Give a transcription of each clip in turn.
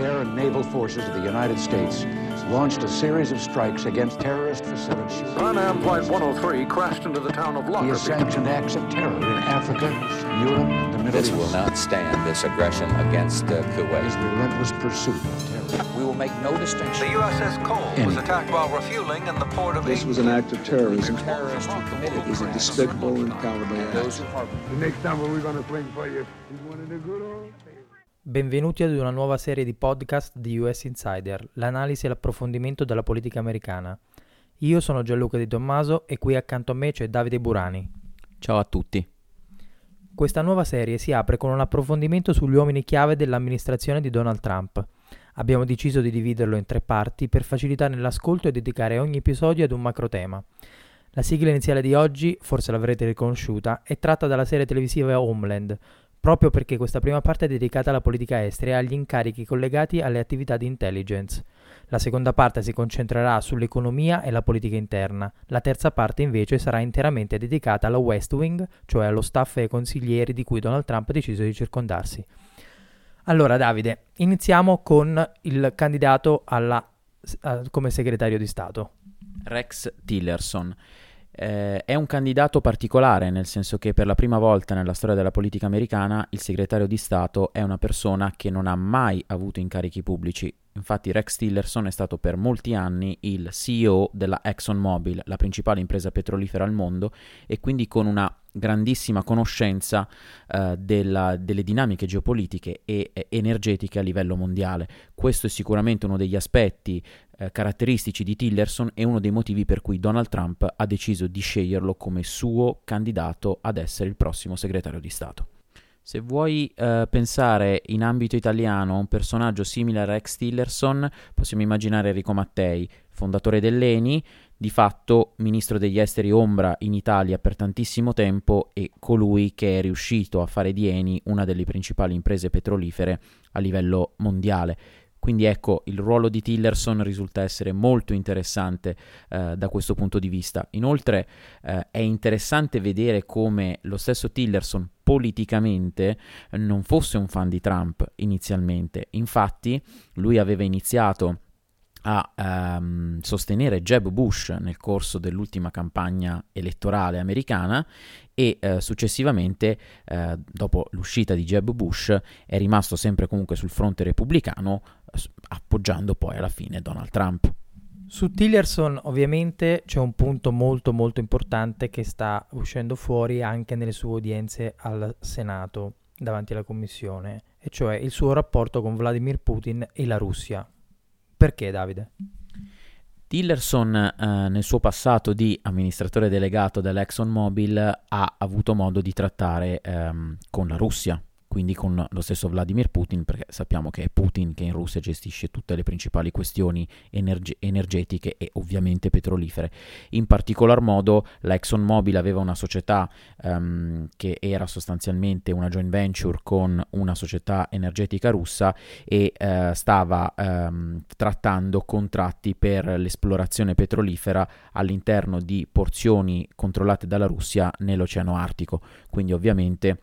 air and naval forces of the United States launched a series of strikes against terrorist facilities. Pan Am Flight 103 crashed into the town of Lockerbie. He has sanctioned acts of terror in Africa, Europe, the Middle East. This will not stand, this aggression against Kuwait. His relentless pursuit of terror. We will make no distinction. The USS Cole was attacked while refueling in the port of... This was an act of terrorism. Terrorists who committed It was a despicable and cowardly those act. who harbor. The next time we're going to swing for you. You wanted a good old... Benvenuti ad una nuova serie di podcast di US Insider, l'analisi e l'approfondimento della politica americana. Io sono Gianluca Di Tommaso e qui accanto a me c'è Davide Burani. Ciao a tutti. Questa nuova serie si apre con un approfondimento sugli uomini chiave dell'amministrazione di Donald Trump. Abbiamo deciso di dividerlo in 3 parti per facilitare l'ascolto e dedicare ogni episodio ad un macro tema. La sigla iniziale di oggi, forse l'avrete riconosciuta, è tratta dalla serie televisiva Homeland, proprio perché questa prima parte è dedicata alla politica estera e agli incarichi collegati alle attività di intelligence. La seconda parte si concentrerà sull'economia e la politica interna. La terza parte invece sarà interamente dedicata alla West Wing, cioè allo staff e ai consiglieri di cui Donald Trump ha deciso di circondarsi. Allora Davide, iniziamo con il candidato come segretario di Stato. Rex Tillerson. È un candidato particolare, nel senso che per la prima volta nella storia della politica americana il segretario di Stato è una persona che non ha mai avuto incarichi pubblici. Infatti Rex Tillerson è stato per molti anni il CEO della ExxonMobil, la principale impresa petrolifera al mondo, e quindi con una grandissima conoscenza delle dinamiche geopolitiche e energetiche a livello mondiale. Questo è sicuramente uno degli aspetti caratteristici di Tillerson e uno dei motivi per cui Donald Trump ha deciso di sceglierlo come suo candidato ad essere il prossimo segretario di Stato. Se vuoi pensare in ambito italiano a un personaggio simile a Rex Tillerson, possiamo immaginare Enrico Mattei, fondatore dell'ENI, di fatto ministro degli esteri ombra in Italia per tantissimo tempo e colui che è riuscito a fare di ENI una delle principali imprese petrolifere a livello mondiale. Quindi ecco, il ruolo di Tillerson risulta essere molto interessante da questo punto di vista. Inoltre è interessante vedere come lo stesso Tillerson politicamente non fosse un fan di Trump inizialmente. Infatti lui aveva iniziato a sostenere Jeb Bush nel corso dell'ultima campagna elettorale americana e successivamente, dopo l'uscita di Jeb Bush, è rimasto sempre comunque sul fronte repubblicano, appoggiando poi alla fine Donald Trump. Su Tillerson ovviamente c'è un punto molto molto importante che sta uscendo fuori anche nelle sue udienze al Senato davanti alla Commissione, e cioè il suo rapporto con Vladimir Putin e la Russia. Perché, Davide? Tillerson nel suo passato di amministratore delegato dell'ExxonMobil ha avuto modo di trattare con la Russia, quindi con lo stesso Vladimir Putin, perché sappiamo che è Putin che in Russia gestisce tutte le principali questioni energetiche e ovviamente petrolifere. In particolar modo la ExxonMobil aveva una società che era sostanzialmente una joint venture con una società energetica russa e stava trattando contratti per l'esplorazione petrolifera all'interno di porzioni controllate dalla Russia nell'Oceano Artico. Quindi ovviamente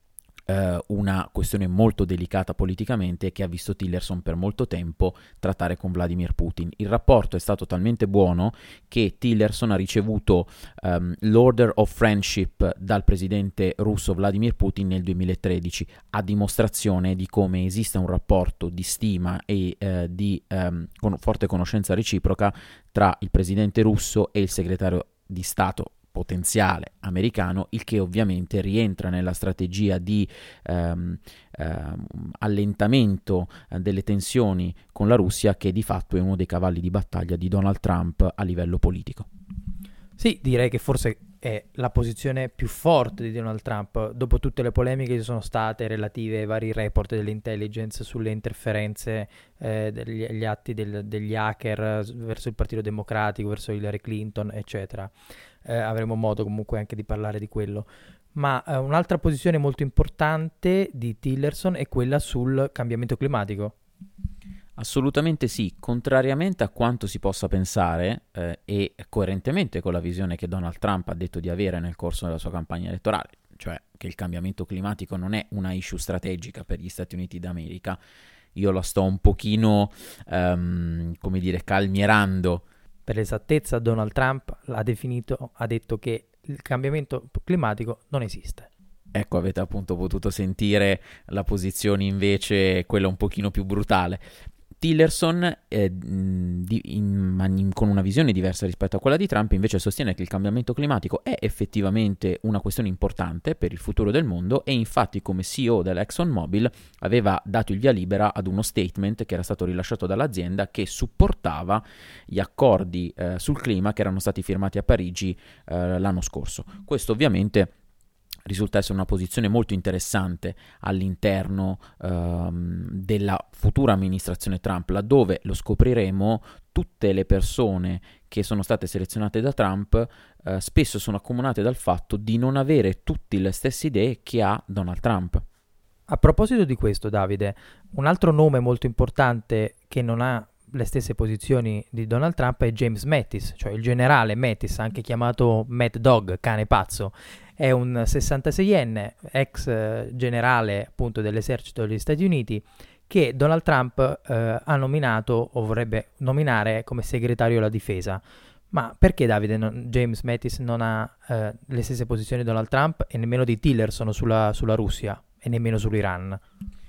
una questione molto delicata politicamente che ha visto Tillerson per molto tempo trattare con Vladimir Putin. Il rapporto è stato talmente buono che Tillerson ha ricevuto l'Order of Friendship dal presidente russo Vladimir Putin nel 2013, a dimostrazione di come esista un rapporto di stima e di forte conoscenza reciproca tra il presidente russo e il segretario di Stato potenziale americano, il che ovviamente rientra nella strategia di allentamento delle tensioni con la Russia, che di fatto è uno dei cavalli di battaglia di Donald Trump a livello politico. Sì, direi che forse è la posizione più forte di Donald Trump, dopo tutte le polemiche che ci sono state relative ai vari report dell'intelligence sulle interferenze degli atti degli hacker verso il Partito Democratico, verso Hillary Clinton, eccetera. Avremo modo comunque anche di parlare di quello. Ma un'altra posizione molto importante di Tillerson è quella sul cambiamento climatico. Assolutamente sì, contrariamente a quanto si possa pensare e coerentemente con la visione che Donald Trump ha detto di avere nel corso della sua campagna elettorale, cioè che il cambiamento climatico non è una issue strategica per gli Stati Uniti d'America, io la sto un pochino, come dire, calmierando. Per l'esattezza, Donald Trump ha detto che il cambiamento climatico non esiste. Ecco, avete appunto potuto sentire la posizione invece, quella un pochino più brutale. Tillerson, con una visione diversa rispetto a quella di Trump, invece sostiene che il cambiamento climatico è effettivamente una questione importante per il futuro del mondo, e infatti come CEO dell'ExxonMobil aveva dato il via libera ad uno statement che era stato rilasciato dall'azienda che supportava gli accordi sul clima che erano stati firmati a Parigi l'anno scorso. Questo ovviamente risulta essere una posizione molto interessante all'interno della futura amministrazione Trump, laddove, lo scopriremo, tutte le persone che sono state selezionate da Trump spesso sono accomunate dal fatto di non avere tutte le stesse idee che ha Donald Trump. A proposito di questo, Davide, un altro nome molto importante che non ha le stesse posizioni di Donald Trump è James Mattis, cioè il generale Mattis, anche chiamato Mad Dog, cane pazzo. È un 66enne, ex generale appunto dell'esercito degli Stati Uniti, che Donald Trump ha nominato o vorrebbe nominare come segretario alla difesa. Ma perché, Davide, James Mattis non ha le stesse posizioni di Donald Trump e nemmeno di Tillerson sulla Russia e nemmeno sull'Iran?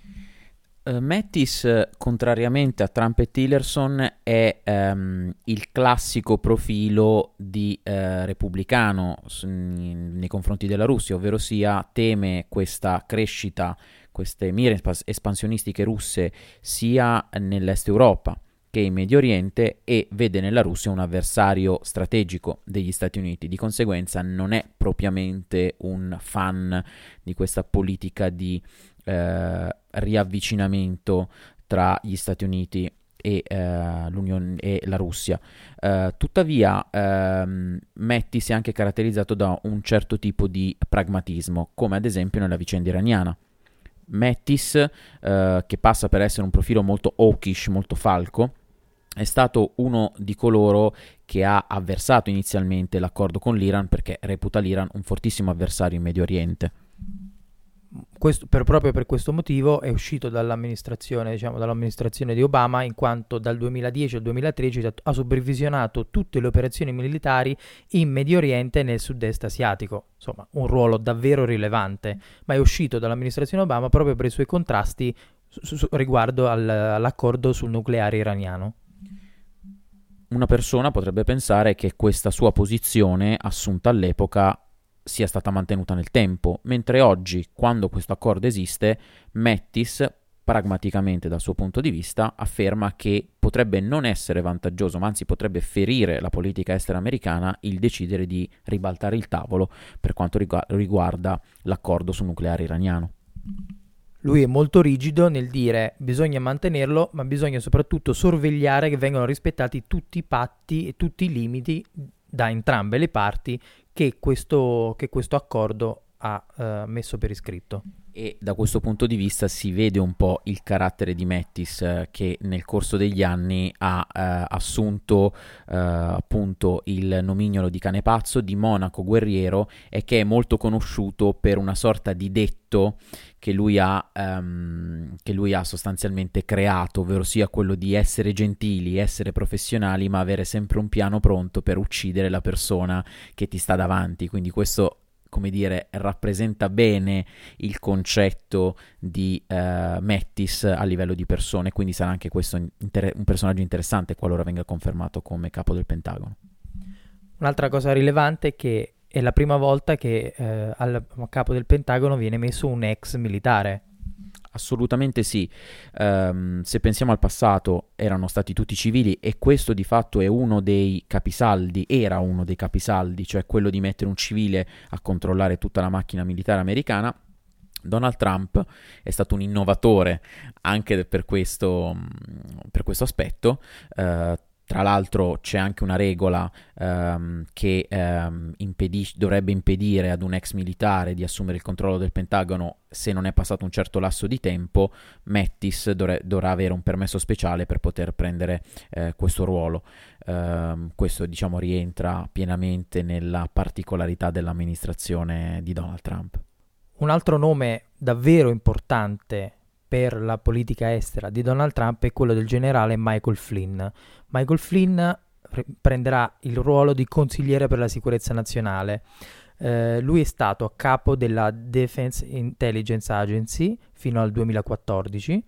Mattis, contrariamente a Trump e Tillerson, è il classico profilo di repubblicano nei confronti della Russia, ovvero sia teme questa crescita, queste mire espansionistiche russe sia nell'est Europa che in Medio Oriente, e vede nella Russia un avversario strategico degli Stati Uniti. Di conseguenza non è propriamente un fan di questa politica di riavvicinamento tra gli Stati Uniti e l'Unione e la Russia. Tuttavia Mattis è anche caratterizzato da un certo tipo di pragmatismo, come ad esempio nella vicenda iraniana. Mattis, che passa per essere un profilo molto hawkish, molto falco, è stato uno di coloro che ha avversato inizialmente l'accordo con l'Iran perché reputa l'Iran un fortissimo avversario in Medio Oriente. Proprio per questo motivo è uscito dall'amministrazione di Obama, in quanto dal 2010 al 2013 ha supervisionato tutte le operazioni militari in Medio Oriente e nel sud-est asiatico. Insomma, un ruolo davvero rilevante, ma è uscito dall'amministrazione Obama proprio per i suoi contrasti riguardo all'accordo sul nucleare iraniano. Una persona potrebbe pensare che questa sua posizione, assunta all'epoca, sia stata mantenuta nel tempo, mentre oggi, quando questo accordo esiste, Mattis, pragmaticamente dal suo punto di vista, afferma che potrebbe non essere vantaggioso, ma anzi potrebbe ferire la politica estera americana il decidere di ribaltare il tavolo per quanto riguarda l'accordo sul nucleare iraniano. Lui è molto rigido nel dire bisogna mantenerlo, ma bisogna soprattutto sorvegliare che vengano rispettati tutti i patti e tutti i limiti da entrambe le parti che questo accordo ha messo per iscritto. E da questo punto di vista si vede un po' il carattere di Mattis, che nel corso degli anni ha assunto appunto il nomignolo di cane pazzo, di monaco guerriero, e che è molto conosciuto per una sorta di detto che lui ha sostanzialmente creato, ovvero sia quello di essere gentili, essere professionali, ma avere sempre un piano pronto per uccidere la persona che ti sta davanti. Quindi questo, come dire, rappresenta bene il concetto di Mattis a livello di persone, quindi sarà anche questo un personaggio interessante qualora venga confermato come capo del Pentagono. Un'altra cosa rilevante è che è la prima volta che al capo del Pentagono viene messo un ex militare. Assolutamente sì. Se pensiamo al passato erano stati tutti civili, e questo di fatto era uno dei capisaldi, cioè quello di mettere un civile a controllare tutta la macchina militare americana. Donald Trump è stato un innovatore anche per questo aspetto. Tra l'altro c'è anche una regola che dovrebbe impedire ad un ex militare di assumere il controllo del Pentagono se non è passato un certo lasso di tempo. Mattis dovrà avere un permesso speciale per poter prendere questo ruolo. Questo, diciamo, rientra pienamente nella particolarità dell'amministrazione di Donald Trump. Un altro nome davvero importante per la politica estera di Donald Trump è quello del generale Michael Flynn. Michael Flynn prenderà il ruolo di consigliere per la sicurezza nazionale. Lui è stato a capo della Defense Intelligence Agency fino al 2014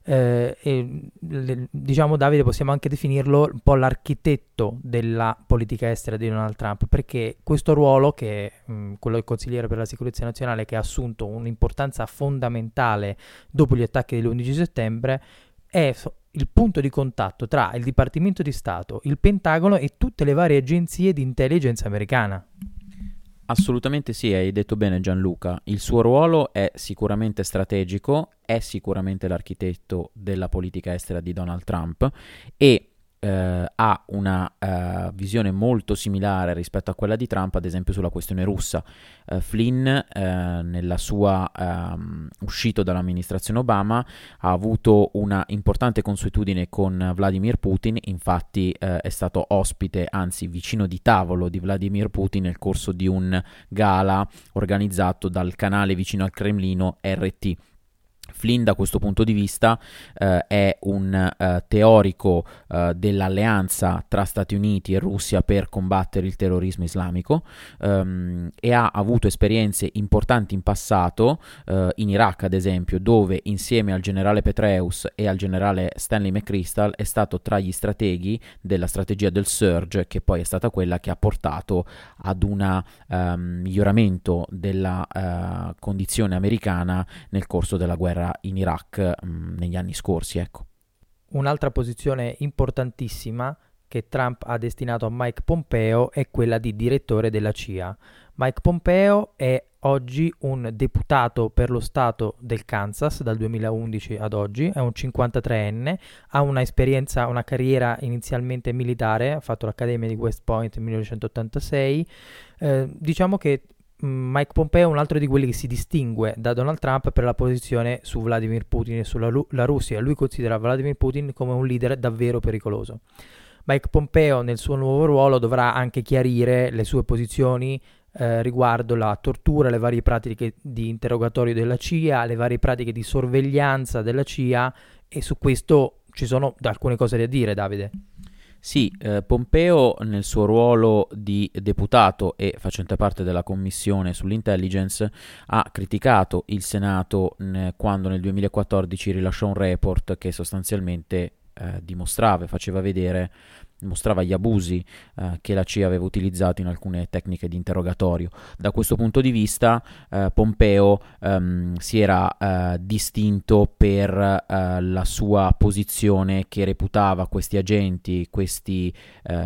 diciamo, Davide, possiamo anche definirlo un po' l'architetto della politica estera di Donald Trump, perché questo ruolo, che è quello del consigliere per la sicurezza nazionale, che ha assunto un'importanza fondamentale dopo gli attacchi dell'11 settembre, è il punto di contatto tra il Dipartimento di Stato, il Pentagono e tutte le varie agenzie di intelligence americana. Assolutamente sì, hai detto bene Gianluca. Il suo ruolo è sicuramente strategico, è sicuramente l'architetto della politica estera di Donald Trump e ha una visione molto similare rispetto a quella di Trump, ad esempio sulla questione russa. Flynn, nella sua uscita dall'amministrazione Obama, ha avuto una importante consuetudine con Vladimir Putin, infatti è stato ospite, anzi vicino di tavolo di Vladimir Putin nel corso di un gala organizzato dal canale vicino al Cremlino RT. Flynn da questo punto di vista è un teorico dell'alleanza tra Stati Uniti e Russia per combattere il terrorismo islamico e ha avuto esperienze importanti in passato in Iraq, ad esempio, dove insieme al generale Petraeus e al generale Stanley McChrystal è stato tra gli strateghi della strategia del surge, che poi è stata quella che ha portato ad un miglioramento della condizione americana nel corso della guerra in Iraq negli anni scorsi, ecco. Un'altra posizione importantissima che Trump ha destinato a Mike Pompeo è quella di direttore della CIA. Mike Pompeo è oggi un deputato per lo stato del Kansas dal 2011 ad oggi, è un 53enne, ha una carriera inizialmente militare, ha fatto l'Accademia di West Point nel 1986. Diciamo che Mike Pompeo è un altro di quelli che si distingue da Donald Trump per la posizione su Vladimir Putin e sulla Russia. Lui considera Vladimir Putin come un leader davvero pericoloso. Mike Pompeo nel suo nuovo ruolo dovrà anche chiarire le sue posizioni riguardo la tortura, le varie pratiche di interrogatorio della CIA, le varie pratiche di sorveglianza della CIA, e su questo ci sono alcune cose da dire, Davide. Sì, Pompeo nel suo ruolo di deputato e facente parte della commissione sull'intelligence ha criticato il Senato quando nel 2014 rilasciò un report che sostanzialmente dimostrava gli abusi che la CIA aveva utilizzato in alcune tecniche di interrogatorio. Da questo punto di vista Pompeo si era distinto per la sua posizione, che reputava questi agenti, queste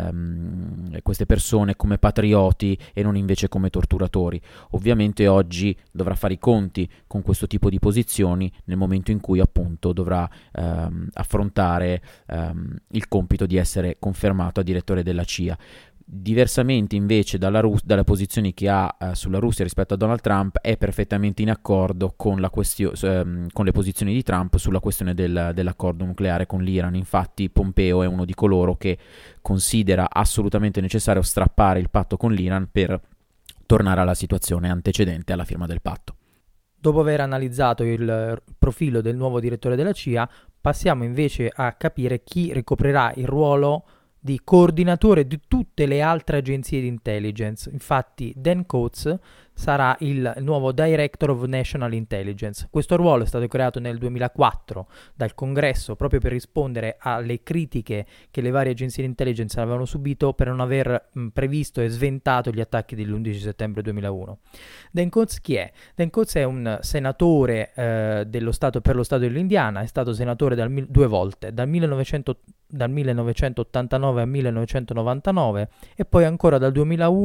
persone come patrioti e non invece come torturatori. Ovviamente oggi dovrà fare i conti con questo tipo di posizioni nel momento in cui appunto dovrà affrontare il compito di essere confermato a direttore della CIA. Diversamente invece dalle posizioni che ha sulla Russia rispetto a Donald Trump, è perfettamente in accordo con le posizioni di Trump sulla questione dell'accordo nucleare con l'Iran. Infatti Pompeo è uno di coloro che considera assolutamente necessario strappare il patto con l'Iran per tornare alla situazione antecedente alla firma del patto. Dopo aver analizzato il profilo del nuovo direttore della CIA, passiamo invece a capire chi ricoprirà il ruolo di coordinatore di tutte le altre agenzie di intelligence. Infatti Dan Coats sarà il nuovo Director of National Intelligence. Questo ruolo è stato creato nel 2004 dal Congresso proprio per rispondere alle critiche che le varie agenzie di intelligence avevano subito per non aver previsto e sventato gli attacchi dell'11 settembre 2001. Dan Coats chi è? Dan Coats è un senatore dello Stato per lo Stato dell'Indiana, è stato senatore due volte, dal 1989 al 1999 e poi ancora dal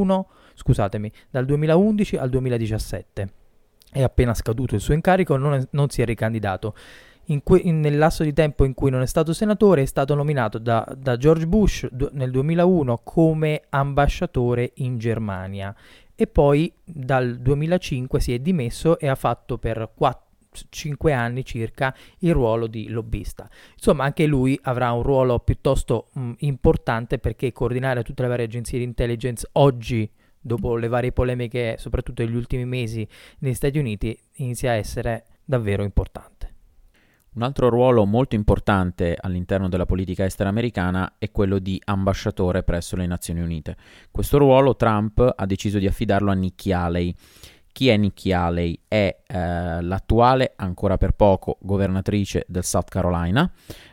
2011 al 2017. È appena scaduto il suo incarico, non si è ricandidato. Nel lasso di tempo in cui non è stato senatore è stato nominato da George Bush nel 2001 come ambasciatore in Germania e poi dal 2005 si è dimesso e ha fatto per 5 anni circa il ruolo di lobbista. Insomma, anche lui avrà un ruolo piuttosto importante, perché coordinare tutte le varie agenzie di intelligence oggi, dopo le varie polemiche soprattutto negli ultimi mesi negli Stati Uniti, inizia a essere davvero importante. Un altro ruolo molto importante all'interno della politica estera americana è quello di ambasciatore presso le Nazioni Unite. Questo ruolo Trump ha deciso di affidarlo a Nikki Haley. Chi è Nikki Haley? È l'attuale, ancora per poco, governatrice del South Carolina.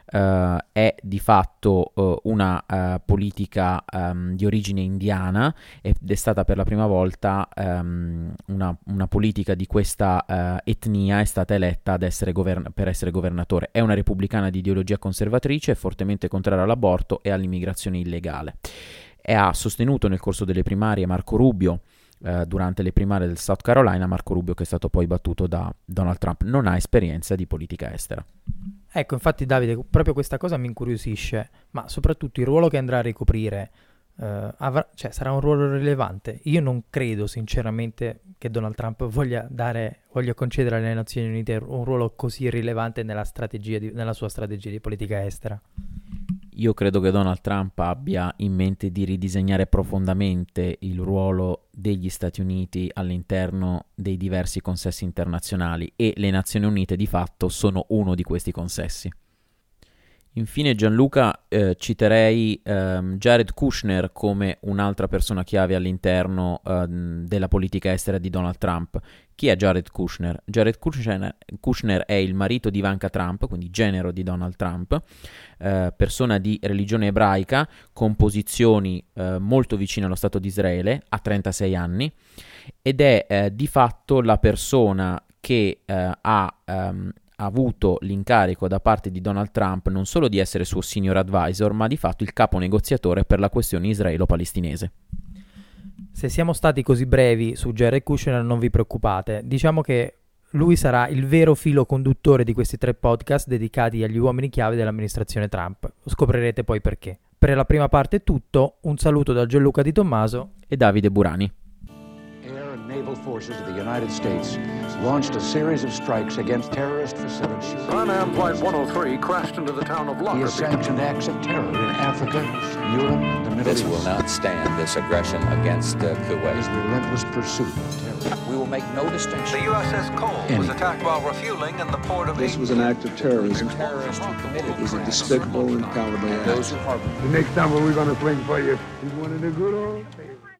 È di fatto una politica di origine indiana ed è stata per la prima volta una politica di questa etnia è stata eletta ad essere per essere governatore. È una repubblicana di ideologia conservatrice, fortemente contraria all'aborto e all'immigrazione illegale. E ha sostenuto nel corso delle primarie Marco Rubio. Durante le primarie del South Carolina, Marco Rubio, che è stato poi battuto da Donald Trump, non ha esperienza di politica estera. Ecco, infatti Davide, proprio questa cosa mi incuriosisce, ma soprattutto il ruolo che andrà a ricoprire sarà un ruolo rilevante. Io non credo sinceramente che Donald Trump voglia concedere alle Nazioni Unite un ruolo così rilevante nella sua strategia di politica estera. Io credo che Donald Trump abbia in mente di ridisegnare profondamente il ruolo degli Stati Uniti all'interno dei diversi consessi internazionali e le Nazioni Unite di fatto sono uno di questi consessi. Infine Gianluca, citerei Jared Kushner come un'altra persona chiave all'interno della politica estera di Donald Trump. Chi è Jared Kushner? Jared Kushner è il marito di Ivanka Trump, quindi genero di Donald Trump, persona di religione ebraica con posizioni molto vicine allo Stato di Israele, ha 36 anni ed è di fatto la persona che ha avuto l'incarico da parte di Donald Trump non solo di essere suo senior advisor, ma di fatto il capo negoziatore per la questione israelo-palestinese. Se siamo stati così brevi su Jared Kushner non vi preoccupate, diciamo che lui sarà il vero filo conduttore di questi 3 podcast dedicati agli uomini chiave dell'amministrazione Trump. Scoprirete poi perché. Per la prima parte è tutto, un saluto da Gianluca Di Tommaso e Davide Burani. Air and naval forces of the United States launched a series of strikes against terrorist facilities. Pan Am Flight 103 crashed into the town of He has Lockerbie. sanctioned acts of terror in Africa, Europe, the Middle This East. will not stand, this aggression against His Kuwait. relentless pursuit of terror. We will make no distinction. The USS Cole was attacked while refueling in the port of This was an act of terrorism. Terrorists who committed It was a crimes. despicable and cowardly act. Those who harbor The next time we're gonna swing for you, you wanted a good old.